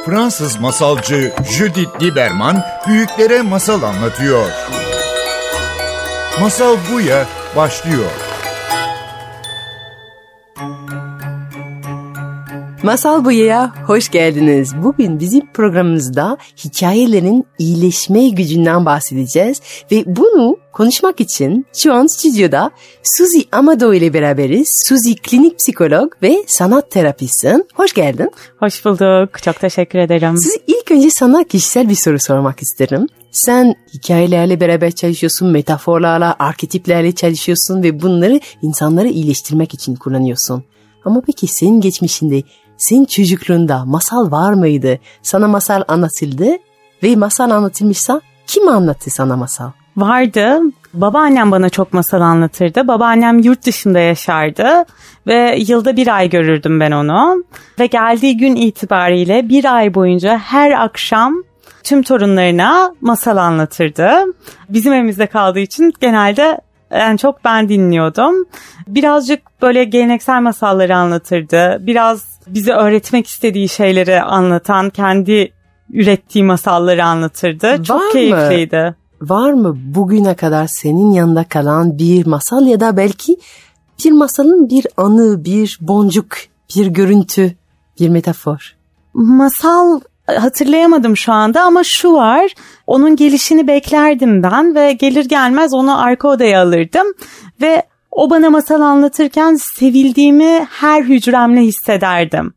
Fransız masalcı Judith Lieberman büyüklere masal anlatıyor. Masal Buya başlıyor. Masal Buya'ya hoş geldiniz. Bugün bizim programımızda hikayelerin iyileşme gücünden bahsedeceğiz. Ve bunu konuşmak için şu an stüdyoda Suzy Amado ile beraberiz. Suzy klinik psikolog ve sanat terapistsin. Hoş geldin. Hoş bulduk. Çok teşekkür ederim. Suzy, ilk önce sana kişisel bir soru sormak isterim. Sen hikayelerle beraber çalışıyorsun, metaforlarla, arketiplerle çalışıyorsun ve bunları insanları iyileştirmek için kullanıyorsun. Ama peki senin geçmişinde, senin çocukluğunda masal var mıydı? Sana masal anlatıldı ve masal anlatılmışsa kim anlattı sana masal? Vardı. Babaannem bana çok masal anlatırdı. Babaannem yurt dışında yaşardı ve yılda 1 ay görürdüm ben onu. Ve geldiği gün itibariyle 1 ay boyunca her akşam tüm torunlarına masal anlatırdı. Bizim evimizde kaldığı için genelde en çok ben dinliyordum. Birazcık böyle geleneksel masalları anlatırdı. Biraz bize öğretmek istediği şeyleri anlatan, kendi ürettiği masalları anlatırdı. Çok keyifliydi. Var mı bugüne kadar senin yanında kalan bir masal ya da belki bir masalın bir anı, bir boncuk, bir görüntü, bir metafor? Masal hatırlayamadım şu anda ama şu var. Onun gelişini beklerdim ben ve gelir gelmez onu arka odaya alırdım ve o bana masal anlatırken sevildiğimi her hücremle hissederdim.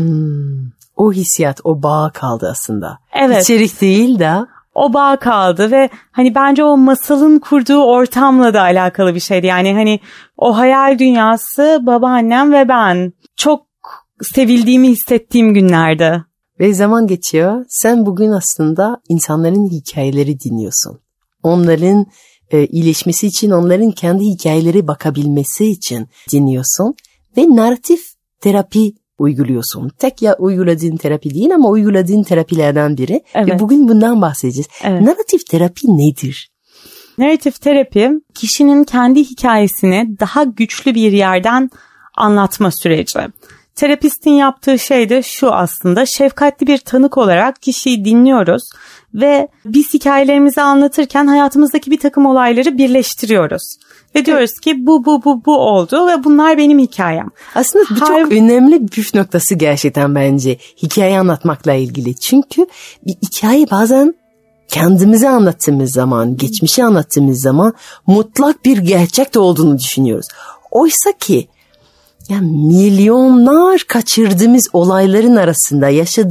O hissiyat, o bağ kaldı aslında. Evet. İçerik değil de. O bağ kaldı ve hani bence o masalın kurduğu ortamla da alakalı bir şeydi. Yani hani o hayal dünyası babaannem ve ben çok sevildiğimi hissettiğim günlerde. Ve zaman geçiyor. Sen bugün aslında insanların hikayeleri dinliyorsun. Onların iyileşmesi için, onların kendi hikayeleri bakabilmesi için dinliyorsun. Ve narratif terapi uyguluyorsun. Tek ya uyguladığın terapi değil ama uyguladığın terapilerden biri. Evet. Ve bugün bundan bahsedeceğiz. Evet. Narratif terapi nedir? Narratif terapi kişinin kendi hikayesini daha güçlü bir yerden anlatma süreci. Terapistin yaptığı şey de şu aslında, şefkatli bir tanık olarak kişiyi dinliyoruz ve biz hikayelerimizi anlatırken hayatımızdaki bir takım olayları birleştiriyoruz. Ve diyoruz ki bu oldu ve bunlar benim hikayem. Aslında bu çok önemli bir püf noktası gerçekten bence hikaye anlatmakla ilgili. Çünkü bir hikaye bazen kendimize anlattığımız zaman, geçmişi anlattığımız zaman mutlak bir gerçek de olduğunu düşünüyoruz. Oysa ki yani milyonlar kaçırdığımız olayların arasında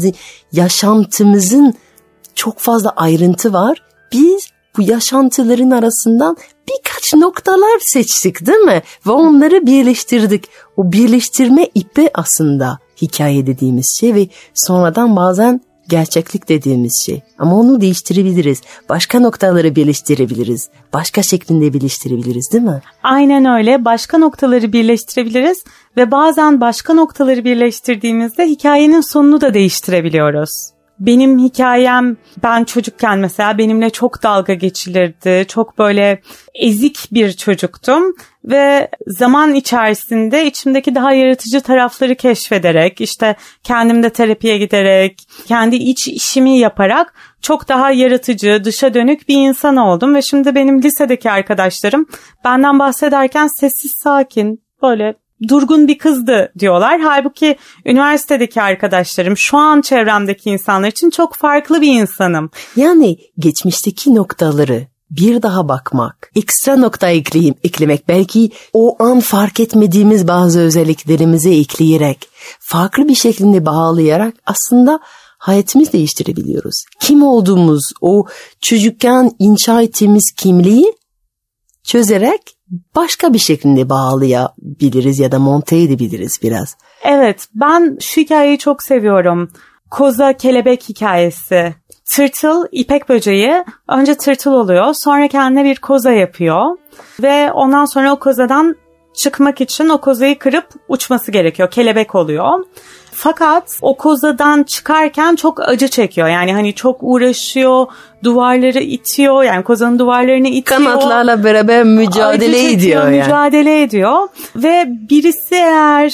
yaşantımızın çok ayrıntı ayrıntı var. Biz bu yaşantıların arasından birkaç noktalar seçtik değil mi? Ve onları birleştirdik. O birleştirme ipi aslında hikaye dediğimiz şey ve sonradan bazen gerçeklik dediğimiz şey. Ama onu değiştirebiliriz. Başka noktaları birleştirebiliriz. Başka şeklinde birleştirebiliriz değil mi? Aynen öyle. Başka noktaları birleştirebiliriz ve bazen başka noktaları birleştirdiğimizde hikayenin sonunu da değiştirebiliyoruz. Benim hikayem, ben çocukken mesela benimle çok dalga geçilirdi. Çok böyle ezik bir çocuktum ve zaman içerisinde içimdeki daha yaratıcı tarafları keşfederek, işte kendimde terapiye giderek, kendi iç işimi yaparak çok daha yaratıcı, dışa dönük bir insan oldum. Ve şimdi benim lisedeki arkadaşlarım benden bahsederken sessiz, sakin, böyle durgun bir kızdı diyorlar. Halbuki üniversitedeki arkadaşlarım, şu an çevremdeki insanlar için çok farklı bir insanım. Yani geçmişteki noktaları bir daha bakmak, ekstra nokta eklemek, belki o an fark etmediğimiz bazı özelliklerimizi ekleyerek, farklı bir şekilde bağlayarak aslında hayatımızı değiştirebiliyoruz. Kim olduğumuz, o çocukken inşa ettiğimiz kimliği çözerek başka bir şekilde bağlayabiliriz ya da monte edebiliriz biraz. Evet, ben şu hikayeyi çok seviyorum. Koza kelebek hikayesi. Tırtıl, ipek böceği önce tırtıl oluyor, sonra kendine bir koza yapıyor ve ondan sonra o kozadan çıkmak için o kozayı kırıp uçması gerekiyor. Kelebek oluyor. Fakat o kozadan çıkarken çok acı çekiyor. Yani hani çok uğraşıyor, duvarları itiyor. Yani kozanın duvarlarını itiyor. Kanatlarla beraber mücadele ediyor. Mücadele ediyor. Ve birisi eğer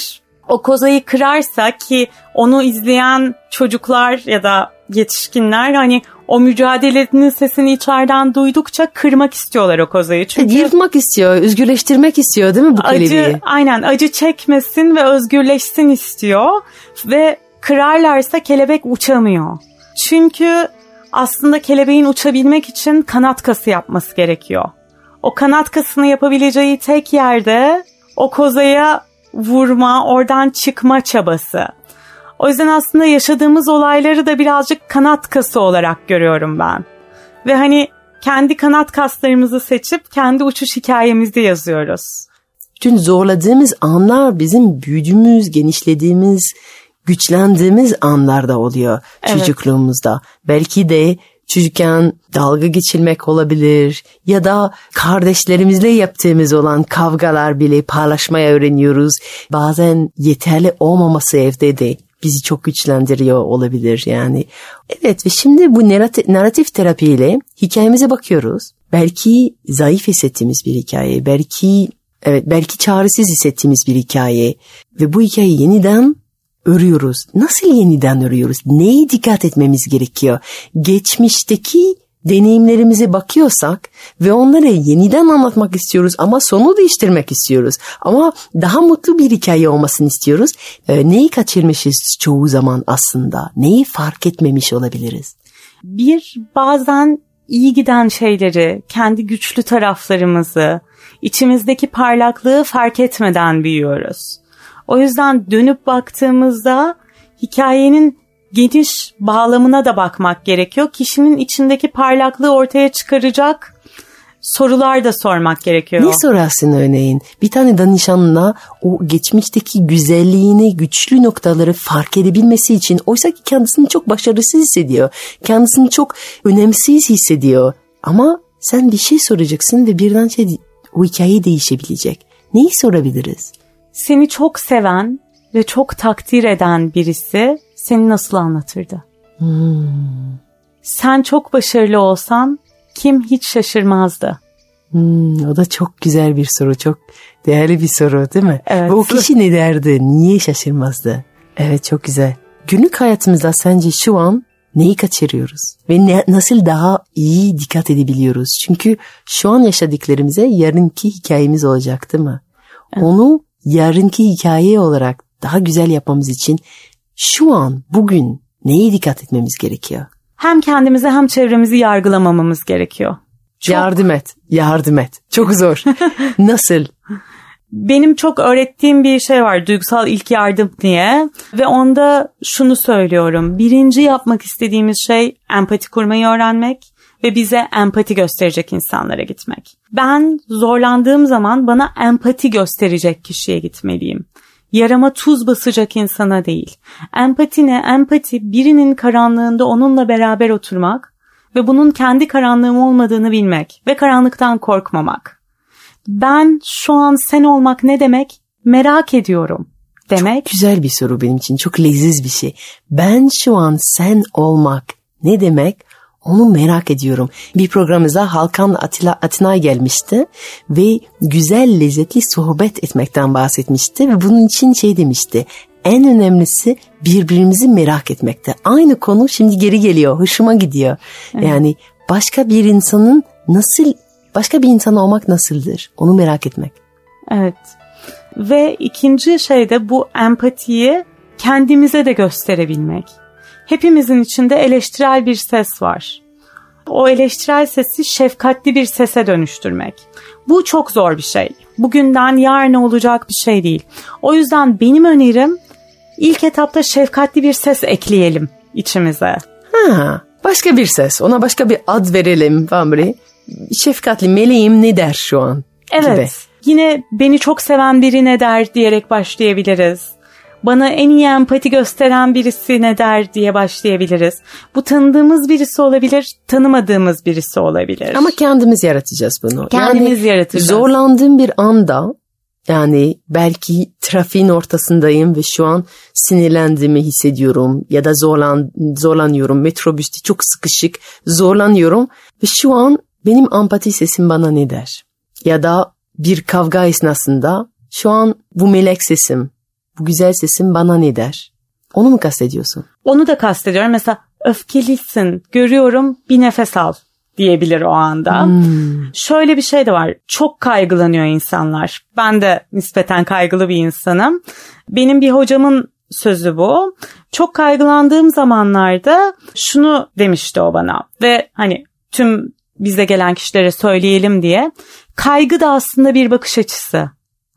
o kozayı kırarsa, ki onu izleyen çocuklar ya da yetişkinler hani o mücadelenin sesini içeriden duydukça kırmak istiyorlar o kozayı. Çünkü yırtmak istiyor, özgürleştirmek istiyor değil mi bu kelebeği? Aynen, acı çekmesin ve özgürleşsin istiyor ve kırarlarsa kelebek uçamıyor. Çünkü aslında kelebeğin uçabilmek için kanat kası yapması gerekiyor. O kanat kasını yapabileceği tek yerde o kozaya vurma, oradan çıkma çabası. O yüzden aslında yaşadığımız olayları da birazcık kanat kası olarak görüyorum ben. Ve hani kendi kanat kaslarımızı seçip kendi uçuş hikayemizi yazıyoruz. Bütün zorladığımız anlar bizim büyüdüğümüz, genişlediğimiz, güçlendiğimiz anlarda oluyor çocukluğumuzda. Belki de çocukken dalga geçilmek olabilir ya da kardeşlerimizle yaptığımız olan kavgalar bile paylaşmaya öğreniyoruz. Bazen yeterli olmaması evde de bizi çok güçlendiriyor olabilir yani. Evet, ve şimdi bu narratif terapiyle hikayemize bakıyoruz. Belki zayıf hissettiğimiz bir hikaye, belki çaresiz hissettiğimiz bir hikaye ve bu hikayeyi yeniden örüyoruz. Nasıl yeniden örüyoruz? Neye dikkat etmemiz gerekiyor? Geçmişteki deneyimlerimize bakıyorsak ve onları yeniden anlatmak istiyoruz ama sonu değiştirmek istiyoruz. Ama daha mutlu bir hikaye olmasını istiyoruz. Neyi kaçırmışız çoğu zaman aslında? Neyi fark etmemiş olabiliriz? Bazen iyi giden şeyleri, kendi güçlü taraflarımızı, içimizdeki parlaklığı fark etmeden büyüyoruz. O yüzden dönüp baktığımızda hikayenin geniş bağlamına da bakmak gerekiyor. Kişinin içindeki parlaklığı ortaya çıkaracak sorular da sormak gerekiyor. Ne sorarsın örneğin? Bir tane danışanla o geçmişteki güzelliğini, güçlü noktaları fark edebilmesi için, oysa ki kendisini çok başarısız hissediyor. Kendisini çok önemsiz hissediyor. Ama sen bir şey soracaksın ve birden o hikaye değişebilecek. Neyi sorabiliriz? Seni çok seven ve çok takdir eden birisi seni nasıl anlatırdı? Sen çok başarılı olsan kim hiç şaşırmazdı? O da çok güzel bir soru, çok değerli bir soru değil mi? Evet. Ve o kişi ne derdi, niye şaşırmazdı? Evet, çok güzel. Günlük hayatımızda sence şu an neyi kaçırıyoruz? Ve nasıl daha iyi dikkat edebiliyoruz? Çünkü şu an yaşadıklarımıza yarınki hikayemiz olacak değil mi? Evet. Onu yarınki hikaye olarak daha güzel yapmamız için şu an, bugün neye dikkat etmemiz gerekiyor? Hem kendimizi hem çevremizi yargılamamamız gerekiyor. Yardım et. Çok zor. Nasıl? Benim çok öğrettiğim bir şey var, duygusal ilk yardım diye, ve onda şunu söylüyorum. Birinci yapmak istediğimiz şey empati kurmayı öğrenmek ve bize empati gösterecek insanlara gitmek. Ben zorlandığım zaman bana empati gösterecek kişiye gitmeliyim. Yarama tuz basacak insana değil. Empati ne? Empati birinin karanlığında onunla beraber oturmak ve bunun kendi karanlığım olmadığını bilmek ve karanlıktan korkmamak. Ben şu an sen olmak ne demek? Merak ediyorum demek. Çok güzel bir soru benim için. Çok leziz bir şey. Ben şu an sen olmak ne demek? Onu merak ediyorum. Bir programımıza Halkan Atinay gelmişti ve güzel, lezzetli sohbet etmekten bahsetmişti ve bunun için demişti. En önemlisi birbirimizi merak etmekte. Aynı konu şimdi geri geliyor, hoşuma gidiyor. Evet. Yani başka bir insan olmak nasıldır? Onu merak etmek. Evet. Ve ikinci şey de bu empatiyi kendimize de gösterebilmek. Hepimizin içinde eleştirel bir ses var. O eleştirel sesi şefkatli bir sese dönüştürmek. Bu çok zor bir şey. Bugünden yarına olacak bir şey değil. O yüzden benim önerim ilk etapta şefkatli bir ses ekleyelim içimize. Başka bir ses. Ona başka bir ad verelim falan böyle. Şefkatli meleğim ne der şu an? Evet. Gibi. Yine beni çok seven biri ne der diyerek başlayabiliriz. Bana en iyi empati gösteren birisi ne der diye başlayabiliriz. Bu tanıdığımız birisi olabilir, tanımadığımız birisi olabilir. Ama kendimiz yaratacağız bunu. Kendimiz yaratacağız. Zorlandığım bir anda, yani belki trafiğin ortasındayım ve şu an sinirlendiğimi hissediyorum ya da zorlanıyorum. Metrobüste çok sıkışık, zorlanıyorum ve şu an benim empati sesim bana ne der? Ya da bir kavga esnasında şu an bu melek sesim, bu güzel sesin bana ne der? Onu mu kastediyorsun? Onu da kastediyorum. Mesela öfkelisin, görüyorum, bir nefes al diyebilir o anda. Şöyle bir şey de var. Çok kaygılanıyor insanlar. Ben de nispeten kaygılı bir insanım. Benim bir hocamın sözü bu. Çok kaygılandığım zamanlarda şunu demişti o bana ve hani tüm bize gelen kişilere söyleyelim diye. Kaygı da aslında bir bakış açısı.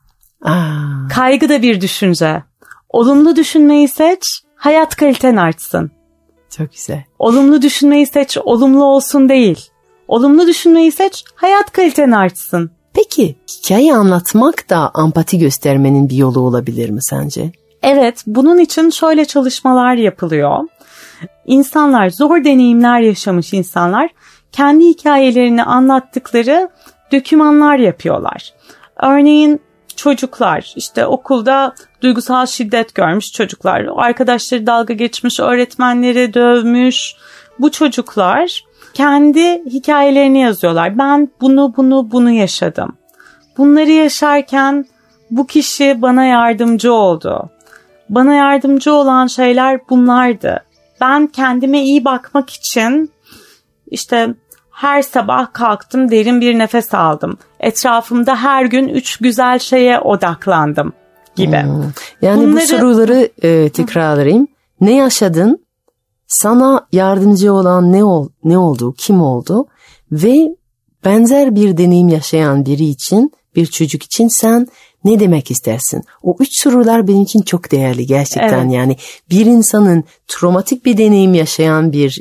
Kaygı da bir düşünce. Olumlu düşünmeyi seç, hayat kaliten artsın. Çok güzel. Olumlu düşünmeyi seç, olumlu olsun değil. Olumlu düşünmeyi seç, hayat kaliten artsın. Peki hikaye anlatmak da empati göstermenin bir yolu olabilir mi sence? Evet, bunun için şöyle çalışmalar yapılıyor. İnsanlar, zor deneyimler yaşamış insanlar kendi hikayelerini anlattıkları dokümanlar yapıyorlar. Örneğin çocuklar, işte okulda duygusal şiddet görmüş çocuklar, arkadaşları dalga geçmiş, öğretmenleri dövmüş. Bu çocuklar kendi hikayelerini yazıyorlar. Ben bunu yaşadım. Bunları yaşarken bu kişi bana yardımcı oldu. Bana yardımcı olan şeyler bunlardı. Ben kendime iyi bakmak için işte her sabah kalktım, derin bir nefes aldım. Etrafımda her gün 3 güzel şeye odaklandım gibi. Yani bu soruları tekrarlayayım. Ne yaşadın? Sana yardımcı olan ne oldu? Kim oldu? Ve benzer bir deneyim yaşayan biri için, bir çocuk için sen ne demek istersin? O 3 sorular benim için çok değerli gerçekten. Evet. Yani bir insanın travmatik bir deneyim yaşayan bir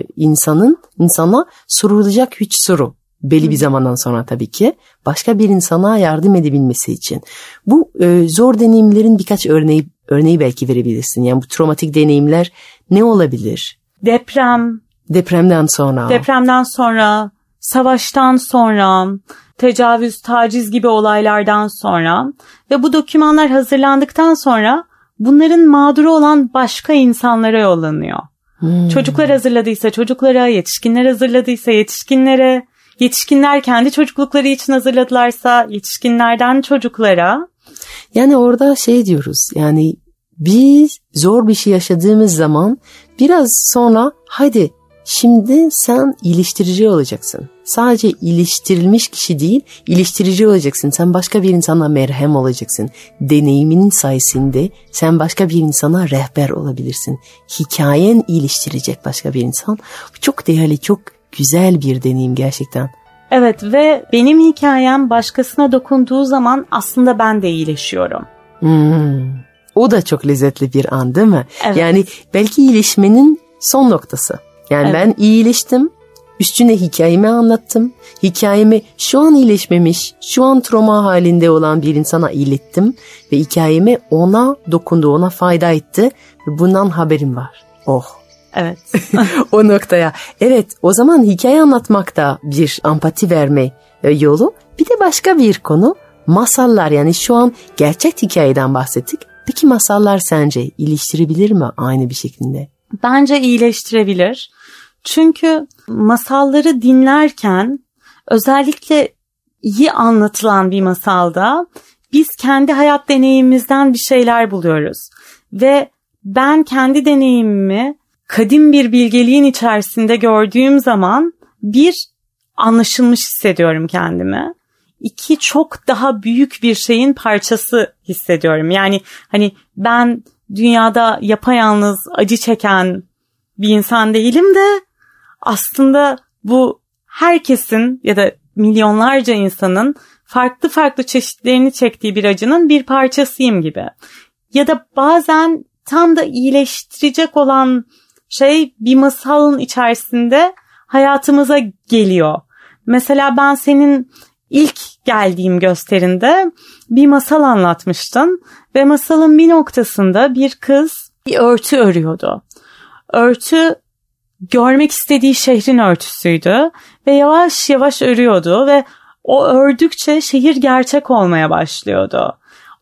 insana sorulacak 3 soru. Belli bir zamandan sonra tabii ki başka bir insana yardım edebilmesi için. Bu zor deneyimlerin birkaç örneği belki verebilirsin. Yani bu travmatik deneyimler ne olabilir? Depremden sonra, savaştan sonra, tecavüz, taciz gibi olaylardan sonra ve bu dokümanlar hazırlandıktan sonra bunların mağduru olan başka insanlara yollanıyor. Çocuklar hazırladıysa çocuklara, yetişkinler hazırladıysa yetişkinlere, yetişkinler kendi çocuklukları için hazırladılarsa yetişkinlerden çocuklara. Yani orada diyoruz, yani biz zor bir şey yaşadığımız zaman biraz sonra hadi şimdi sen iyileştirici olacaksın. Sadece iyileştirilmiş kişi değil, iyileştirici olacaksın. Sen başka bir insana merhem olacaksın. Deneyiminin sayesinde sen başka bir insana rehber olabilirsin. Hikayen iyileştirecek başka bir insan. Bu çok değerli, çok güzel bir deneyim gerçekten. Evet ve benim hikayem başkasına dokunduğu zaman aslında ben de iyileşiyorum. O da çok lezzetli bir an değil mi? Evet. Yani belki iyileşmenin son noktası. Yani ben iyileştim, üstüne hikayemi anlattım. Hikayemi şu an iyileşmemiş, şu an travma halinde olan bir insana ilettim. Ve hikayemi ona dokundu, ona fayda etti. Ve bundan haberim var. Oh. Evet. O noktaya. Evet, o zaman hikaye anlatmak da bir empati verme yolu. Bir de başka bir konu, masallar. Yani şu an gerçek hikayeden bahsettik. Peki masallar sence iyileştirebilir mi aynı bir şekilde? Bence iyileştirebilir. Çünkü masalları dinlerken özellikle iyi anlatılan bir masalda biz kendi hayat deneyimimizden bir şeyler buluyoruz. Ve ben kendi deneyimimi kadim bir bilgeliğin içerisinde gördüğüm zaman bir anlaşılmış hissediyorum kendimi. 2 çok daha büyük bir şeyin parçası hissediyorum. Yani hani ben dünyada yapayalnız acı çeken bir insan değilim de aslında bu herkesin ya da milyonlarca insanın farklı farklı çeşitlerini çektiği bir acının bir parçasıyım gibi. Ya da bazen tam da iyileştirecek olan şey bir masalın içerisinde hayatımıza geliyor. Mesela ben senin ilk geldiğim gösterinde bir masal anlatmıştın ve masalın bir noktasında bir kız bir örtü örüyordu. Örtü görmek istediği şehrin örtüsüydü ve yavaş yavaş örüyordu ve o ördükçe şehir gerçek olmaya başlıyordu.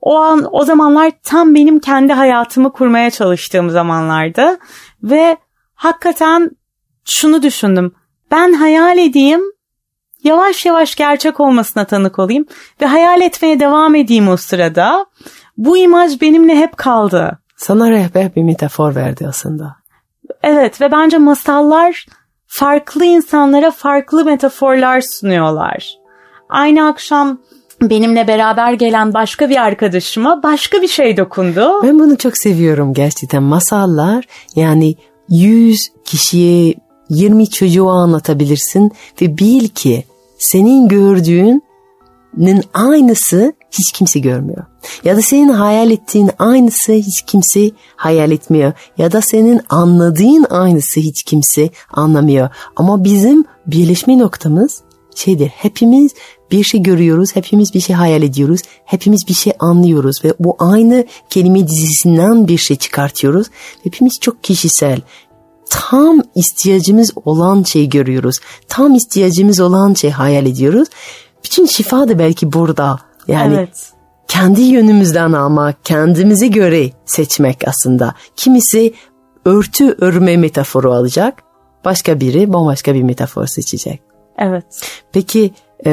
O zamanlar tam benim kendi hayatımı kurmaya çalıştığım zamanlardı ve hakikaten şunu düşündüm. Ben hayal edeyim, yavaş yavaş gerçek olmasına tanık olayım ve hayal etmeye devam edeyim o sırada. bu imaj benimle hep kaldı. Sana rehber bir metafor verdi aslında. Evet ve bence masallar farklı insanlara farklı metaforlar sunuyorlar. Aynı akşam benimle beraber gelen başka bir arkadaşıma başka bir şey dokundu. Ben bunu çok seviyorum gerçekten. Masallar yani 100 kişiye 20 çocuğa anlatabilirsin ve bil ki senin gördüğünün aynısı hiç kimse görmüyor. Ya da senin hayal ettiğin aynısı hiç kimse hayal etmiyor. Ya da senin anladığın aynısı hiç kimse anlamıyor. Ama bizim birleşme noktamız şeydir. Hepimiz bir şey görüyoruz, hepimiz bir şey hayal ediyoruz, hepimiz bir şey anlıyoruz ve bu aynı kelime dizisinden bir şey çıkartıyoruz. Hepimiz çok kişisel. Tam ihtiyacımız olan şeyi görüyoruz. Tam ihtiyacımız olan şeyi hayal ediyoruz. Bütün şifa da belki burada. Yani evet. Kendi yönümüzden almak, kendimize göre seçmek aslında. Kimisi örtü örme metaforu alacak, başka biri bambaşka bir metafor seçecek. Evet. Peki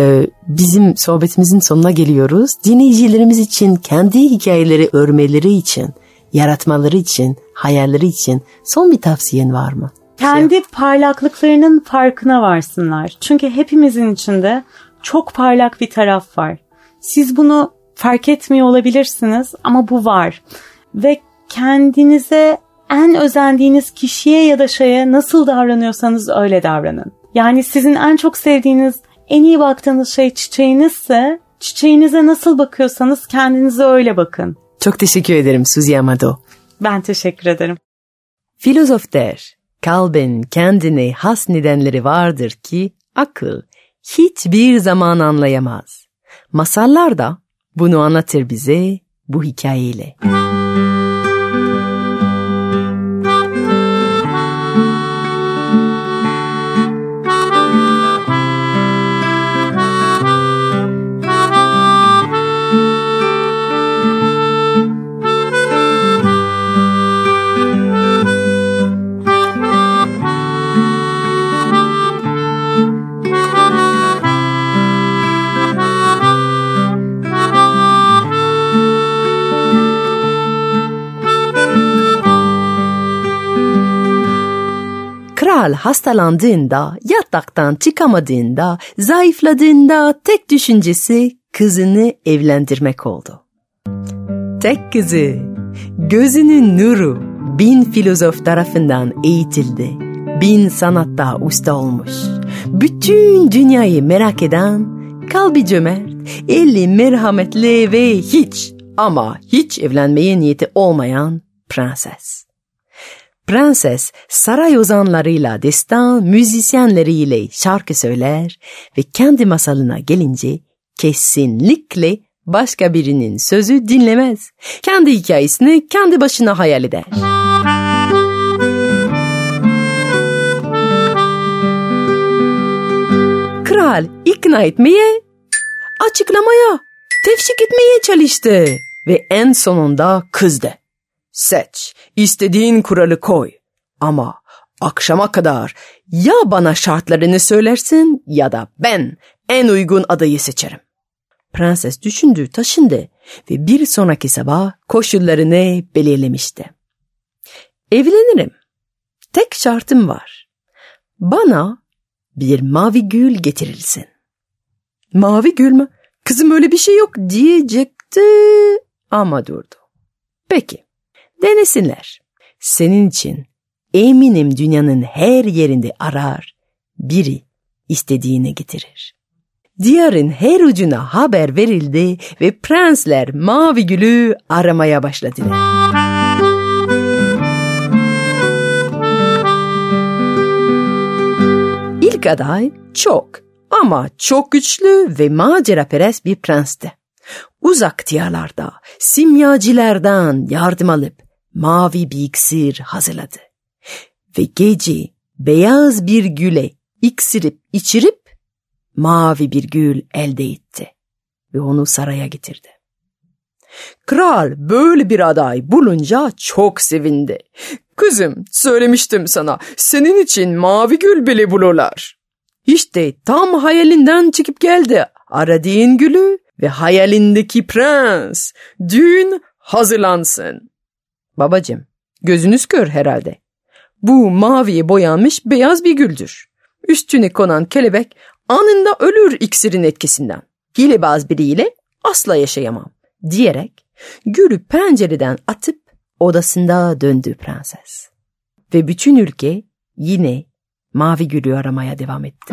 bizim sohbetimizin sonuna geliyoruz. Dinleyicilerimiz için kendi hikayeleri örmeleri için, yaratmaları için, hayalleri için son bir tavsiyen var mı? Kendi parlaklıklarının farkına varsınlar. Çünkü hepimizin içinde çok parlak bir taraf var. Siz bunu fark etmiyor olabilirsiniz ama bu var. Ve kendinize en özendiğiniz kişiye ya da şeye nasıl davranıyorsanız öyle davranın. Yani sizin en çok sevdiğiniz, en iyi baktığınız şey çiçeğinizse, çiçeğinize nasıl bakıyorsanız kendinize öyle bakın. Çok teşekkür ederim Suzy Amado. Ben teşekkür ederim. Filozof der, kalbin kendine has nedenleri vardır ki akıl hiçbir zaman anlayamaz. Masallar da bunu anlatır bize bu hikayeyle. Kral hastalandığında, yataktan çıkamadığında, zayıfladığında tek düşüncesi kızını evlendirmek oldu. Tek kızı, gözünün nuru 1000 filozof tarafından eğitildi. 1000 sanatta usta olmuş. Bütün dünyayı merak eden, kalbi cömert, eli merhametli ve hiç evlenmeye niyeti olmayan prenses. Prenses saray ozanlarıyla, destan müzisyenleriyle şarkı söyler ve kendi masalına gelince kesinlikle başka birinin sözü dinlemez. Kendi hikayesini kendi başına hayal eder. Kral ikna etmeye, açıklamaya, tefşik etmeye çalıştı ve en sonunda kızdı. Seç, istediğin kuralı koy ama akşama kadar ya bana şartlarını söylersin ya da ben en uygun adayı seçerim. Prenses düşündü, taşındı ve bir sonraki sabah koşullarını belirlemişti. Evlenirim. Tek şartım var. Bana bir mavi gül getirilsin. Mavi gül mü? Kızım öyle bir şey yok diyecekti ama durdu. Peki. Denesinler. Senin için eminim dünyanın her yerinde arar, biri istediğini getirir. Diyarın her ucuna haber verildi ve prensler mavi gülü aramaya başladılar. İlk aday çok güçlü ve maceraperest bir prensti. Uzak diyarlarda simyacılardan yardım alıp mavi bir iksir hazırladı. Ve gece beyaz bir güle içirip mavi bir gül elde etti. Ve onu saraya getirdi. Kral böyle bir aday bulunca çok sevindi. Kızım, söylemiştim sana, senin için mavi gül bile bulurlar. İşte tam hayalinden çıkıp geldi. Aradığın gülü ve hayalindeki prens. Düğün hazırlansın. Babacığım, gözünüz kör herhalde. Bu maviye boyanmış beyaz bir güldür. Üstüne konan kelebek anında ölür iksirin etkisinden. Hilebaz biriyle asla yaşayamam diyerek gülü pencereden atıp odasında döndü prenses. Ve bütün ülke yine mavi gülü aramaya devam etti.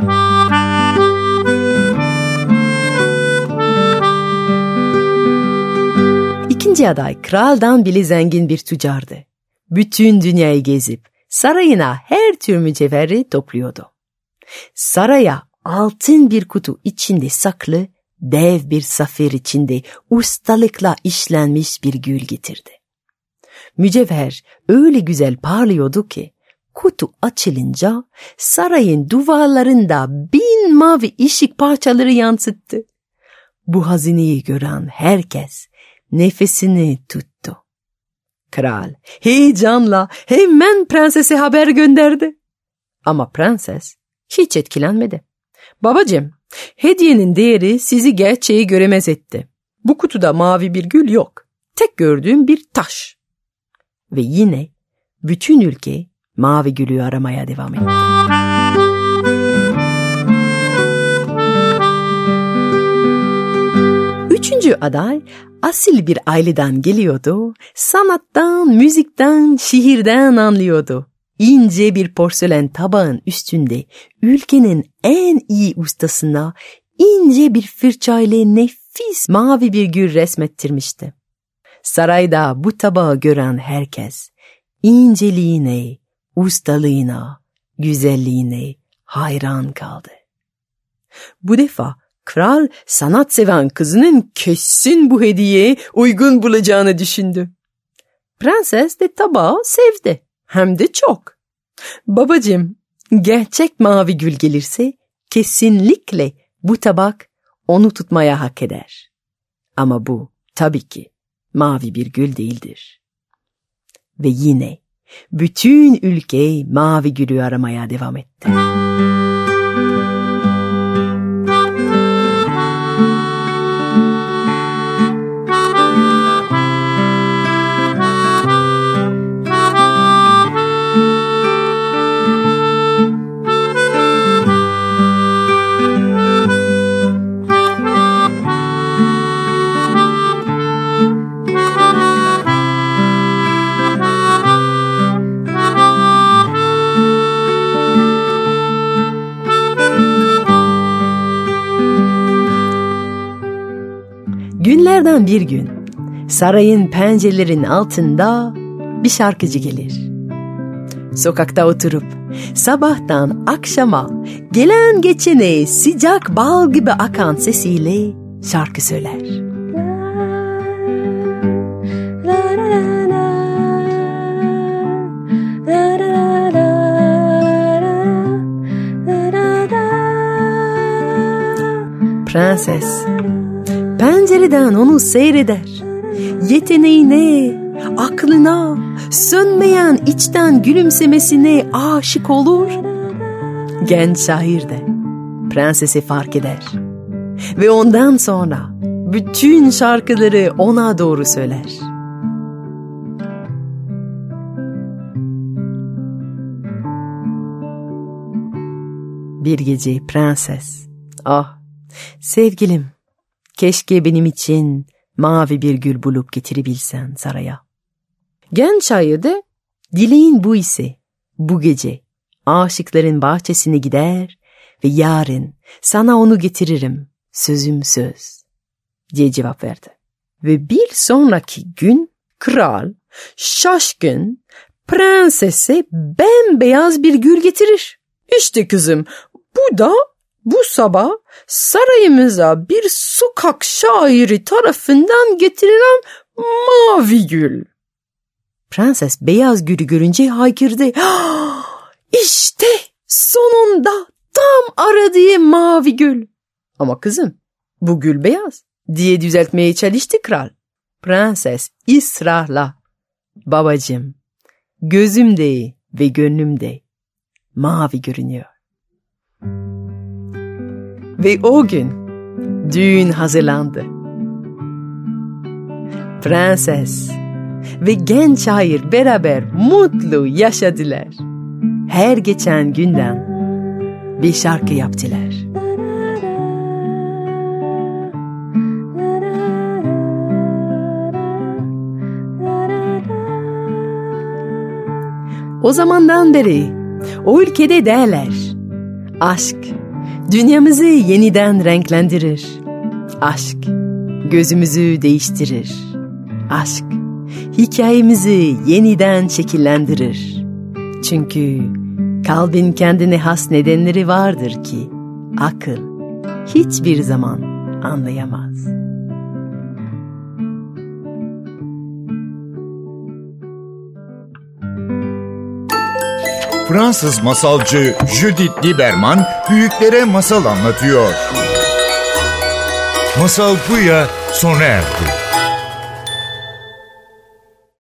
İkinci aday kraldan bile zengin bir tüccardı. Bütün dünyayı gezip sarayına her tür mücevheri topluyordu. Saraya altın bir kutu içinde saklı dev bir safir içinde ustalıkla işlenmiş bir gül getirdi. Mücevher öyle güzel parlıyordu ki kutu açılınca sarayın duvarlarında 1000 mavi ışık parçaları yansıttı. Bu hazineyi gören herkes nefesini tuttu. Kral heyecanla hemen prensese haber gönderdi. Ama prenses hiç etkilenmedi. Babacığım, hediyenin değeri sizi gerçeği göremez etti. Bu kutuda mavi bir gül yok. Tek gördüğüm bir taş. Ve yine bütün ülke mavi gülü aramaya devam etti. Üçüncü aday asil bir aileden geliyordu. Sanattan, müzikten, şiirden anlıyordu. İnce bir porselen tabağın üstünde ülkenin en iyi ustasına ince bir fırçayla nefis mavi bir gül resmettirmişti. Sarayda bu tabağı gören herkes inceliğine, ustalığına, güzelliğine hayran kaldı. Bu defa kral sanat seven kızının kesin bu hediyeye uygun bulacağını düşündü. Prenses de tabağı sevdi. Hem de çok. Babacığım, gerçek mavi gül gelirse kesinlikle bu tabak onu tutmaya hak eder. Ama bu tabii ki mavi bir gül değildir. Ve yine bütün ülke mavi gülü aramaya devam etti. Günlerden bir gün sarayın pencerelerin altında bir şarkıcı gelir. Sokakta oturup sabahtan akşama gelen geçene sıcak bal gibi akan sesiyle şarkı söyler. Prenses pencereden onu seyreder. Yeteneğine, aklına, sönmeyen içten gülümsemesine aşık olur. Genç şair de prensesi fark eder. Ve ondan sonra bütün şarkıları ona doğru söyler. Bir gece prenses, "Ah, sevgilim, keşke benim için mavi bir gül bulup getirebilsen saraya." Genç şair de, "Dileğin bu ise bu gece aşıkların bahçesine gider ve yarın sana onu getiririm, sözüm söz," diye cevap verdi. Ve bir sonraki gün kral şaşkın prensese bembeyaz bir gül getirir. "İşte kızım, bu da bu sabah sarayımıza bir sokak şairi tarafından getirilen mavi gül." Prenses beyaz gülü görünce haykırdı. "İşte sonunda tam aradığı mavi gül." "Ama kızım, bu gül beyaz," diye düzeltmeye çalıştı kral. Prenses ısrarla, "Babacığım, gözümde ve gönlümde mavi görünüyor." Ve o gün düğün hazırlandı. prenses ve genç şair beraber mutlu yaşadılar. Her geçen günden bir şarkı yaptılar. O zamandan beri o ülkede derler, aşk dünyamızı yeniden renklendirir. Aşk gözümüzü değiştirir. Aşk hikayemizi yeniden şekillendirir. Çünkü kalbin kendine has nedenleri vardır ki akıl hiçbir zaman anlayamaz. Fransız masalcı Judith Lieberman büyüklere masal anlatıyor. Masal Buya sona erdi.